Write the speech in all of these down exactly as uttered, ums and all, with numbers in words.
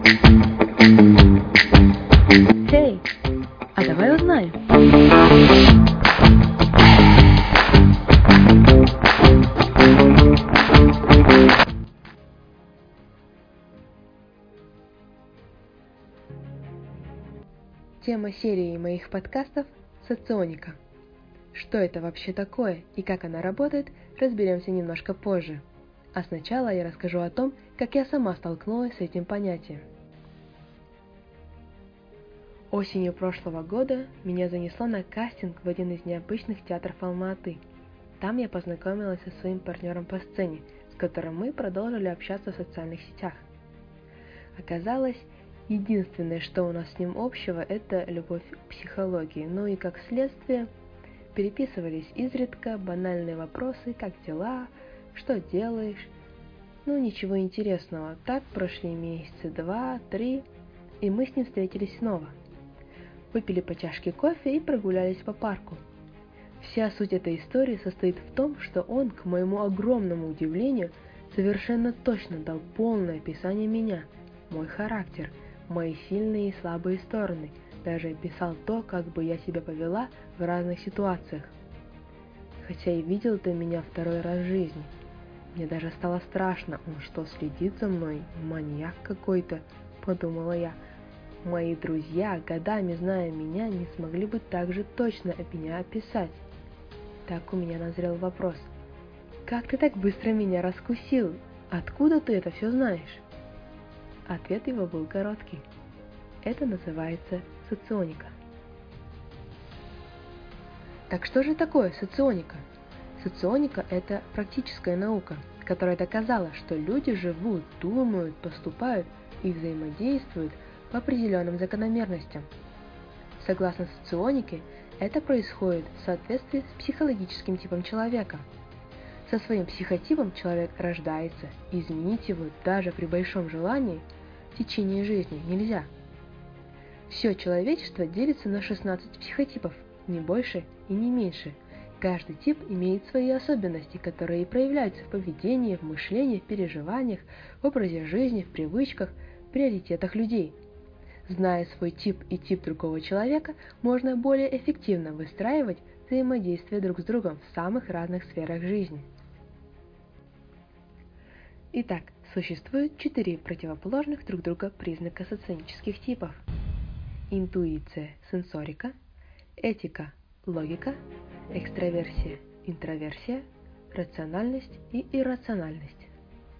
Эй, а давай узнаем. Тема серии моих подкастов – соционика. Что это вообще такое и как она работает, разберемся немножко позже. А сначала я расскажу о том, как я сама столкнулась с этим понятием. Осенью прошлого года меня занесло на кастинг в один из необычных театров Алма-Аты. Там я познакомилась со своим партнером по сцене, с которым мы продолжили общаться в социальных сетях. Оказалось, единственное, что у нас с ним общего, это любовь к психологии, ну и как следствие переписывались изредка банальные вопросы, как дела, что делаешь, ну ничего интересного. Так прошли месяцы два, три, и мы с ним встретились снова. Выпили по чашке кофе и прогулялись по парку. Вся суть этой истории состоит в том, что он, к моему огромному удивлению, совершенно точно дал полное описание меня, мой характер, мои сильные и слабые стороны, даже описал то, как бы я себя повела в разных ситуациях. Хотя и видел-то меня второй раз в жизни. Мне даже стало страшно, он что, следит за мной, маньяк какой-то, подумала я. Мои друзья, годами зная меня, не смогли бы так же точно меня описать. Так у меня назрел вопрос. Как ты так быстро меня раскусил? Откуда ты это все знаешь? Ответ его был короткий. Это называется соционика. Так что же такое соционика? Соционика – это практическая наука, которая доказала, что люди живут, думают, поступают и взаимодействуют по определенным закономерностям. Согласно соционике, это происходит в соответствии с психологическим типом человека. Со своим психотипом человек рождается, и изменить его даже при большом желании в течение жизни нельзя. Все человечество делится на шестнадцать психотипов, не больше и не меньше. Каждый тип имеет свои особенности, которые и проявляются в поведении, в мышлении, в переживаниях, в образе жизни, в привычках, в приоритетах людей. Зная свой тип и тип другого человека, можно более эффективно выстраивать взаимодействие друг с другом в самых разных сферах жизни. Итак, существует четыре противоположных друг друга признака соционических типов. Интуиция, сенсорика, этика, логика, экстраверсия, интроверсия, рациональность и иррациональность.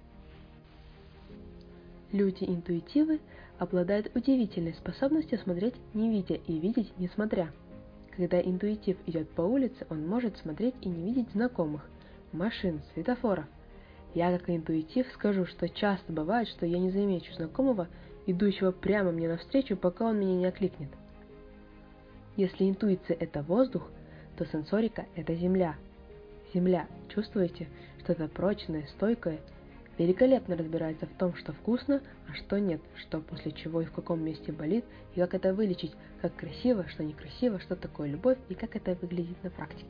Люди-интуитивы обладают удивительной способностью смотреть не видя и видеть не смотря. Когда интуитив идет по улице, он может смотреть и не видеть знакомых, машин, светофоров. Я как интуитив скажу, что часто бывает, что я не замечу знакомого, идущего прямо мне навстречу, пока он меня не окликнет. Если интуиция – это воздух, то сенсорика – это земля. Земля, чувствуете, что-то прочное, стойкое, великолепно разбирается в том, что вкусно, а что нет, что после чего и в каком месте болит, и как это вылечить, как красиво, что некрасиво, что такое любовь и как это выглядит на практике.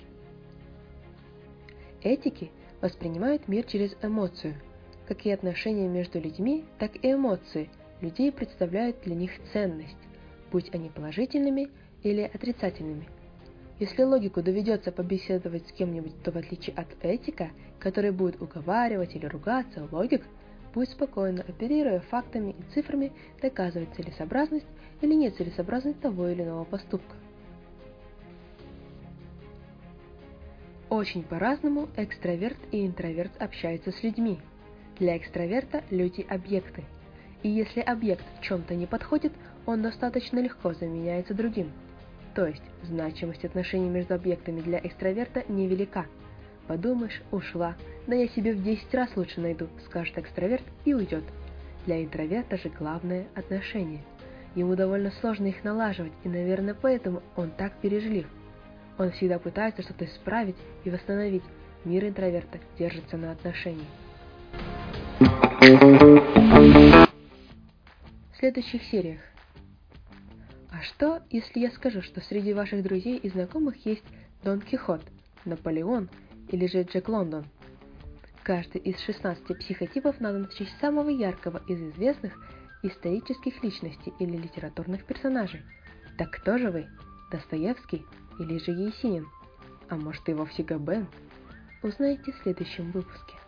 Этики воспринимают мир через эмоцию. Как и отношения между людьми, так и эмоции людей представляют для них ценность, будь они положительными или отрицательными. Если логику доведется побеседовать с кем-нибудь, то в отличие от этика, который будет уговаривать или ругаться, логик будет спокойно, оперируя фактами и цифрами, доказывать целесообразность или нецелесообразность того или иного поступка. Очень по-разному экстраверт и интроверт общаются с людьми. Для экстраверта люди – объекты. И если объект в чем-то не подходит, он достаточно легко заменяется другим. То есть, значимость отношений между объектами для экстраверта невелика. Подумаешь, ушла, да я себе в десять раз лучше найду, скажет экстраверт и уйдет. Для интроверта же главное – отношения. Ему довольно сложно их налаживать, и, наверное, поэтому он так бережлив. Он всегда пытается что-то исправить и восстановить. Мир интроверта держится на отношениях. В следующих сериях. А что, если я скажу, что среди ваших друзей и знакомых есть Дон Кихот, Наполеон или же Джек Лондон? Каждый из шестнадцати психотипов назван в честь самого яркого из известных исторических личностей или литературных персонажей. Так кто же вы? Достоевский или же Есенин? А может и вовсе Габен? Узнаете в следующем выпуске.